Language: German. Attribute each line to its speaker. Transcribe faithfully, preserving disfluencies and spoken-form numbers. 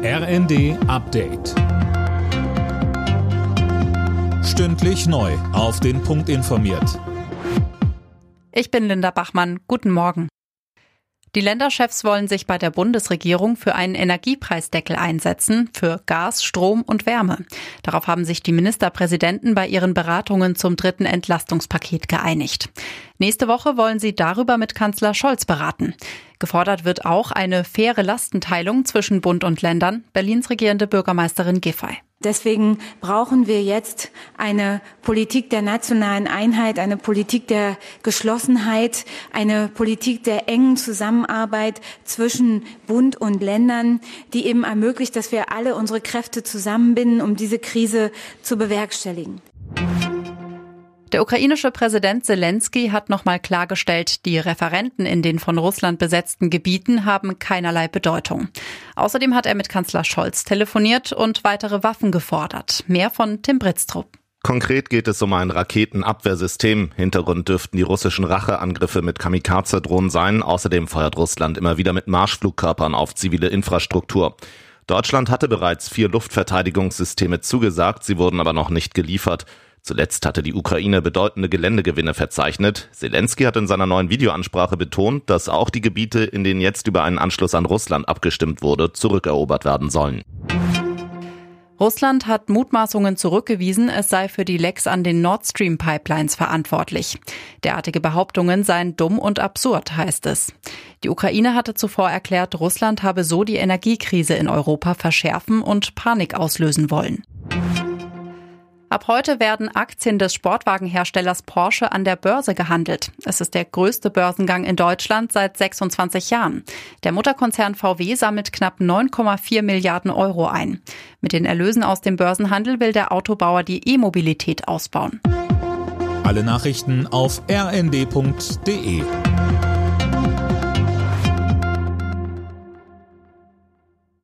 Speaker 1: R N D Update. Stündlich neu auf den Punkt informiert.
Speaker 2: Ich bin Linda Bachmann. Guten Morgen. Die Länderchefs wollen sich bei der Bundesregierung für einen Energiepreisdeckel einsetzen, für Gas, Strom und Wärme. Darauf haben sich die Ministerpräsidenten bei ihren Beratungen zum dritten Entlastungspaket geeinigt. Nächste Woche wollen sie darüber mit Kanzler Scholz beraten. Gefordert wird auch eine faire Lastenteilung zwischen Bund und Ländern, Berlins regierende Bürgermeisterin Giffey.
Speaker 3: Deswegen brauchen wir jetzt eine Politik der nationalen Einheit, eine Politik der Geschlossenheit, eine Politik der engen Zusammenarbeit zwischen Bund und Ländern, die eben ermöglicht, dass wir alle unsere Kräfte zusammenbinden, um diese Krise zu bewerkstelligen.
Speaker 2: Der ukrainische Präsident Zelensky hat nochmal klargestellt, die Referenden in den von Russland besetzten Gebieten haben keinerlei Bedeutung. Außerdem hat er mit Kanzler Scholz telefoniert und weitere Waffen gefordert. Mehr von Tim Britztrup.
Speaker 4: Konkret geht es um ein Raketenabwehrsystem. Hintergrund dürften die russischen Racheangriffe mit Kamikaze-Drohnen sein. Außerdem feuert Russland immer wieder mit Marschflugkörpern auf zivile Infrastruktur. Deutschland hatte bereits vier Luftverteidigungssysteme zugesagt, sie wurden aber noch nicht geliefert. Zuletzt hatte die Ukraine bedeutende Geländegewinne verzeichnet. Zelensky hat in seiner neuen Videoansprache betont, dass auch die Gebiete, in denen jetzt über einen Anschluss an Russland abgestimmt wurde, zurückerobert werden sollen.
Speaker 2: Russland hat Mutmaßungen zurückgewiesen, es sei für die Lecks an den Nord Stream Pipelines verantwortlich. Derartige Behauptungen seien dumm und absurd, heißt es. Die Ukraine hatte zuvor erklärt, Russland habe so die Energiekrise in Europa verschärfen und Panik auslösen wollen. Ab heute werden Aktien des Sportwagenherstellers Porsche an der Börse gehandelt. Es ist der größte Börsengang in Deutschland seit sechsundzwanzig Jahren. Der Mutterkonzern V W sammelt knapp neun Komma vier Milliarden Euro ein. Mit den Erlösen aus dem Börsenhandel will der Autobauer die E-Mobilität ausbauen.
Speaker 1: Alle Nachrichten auf r n d punkt d e.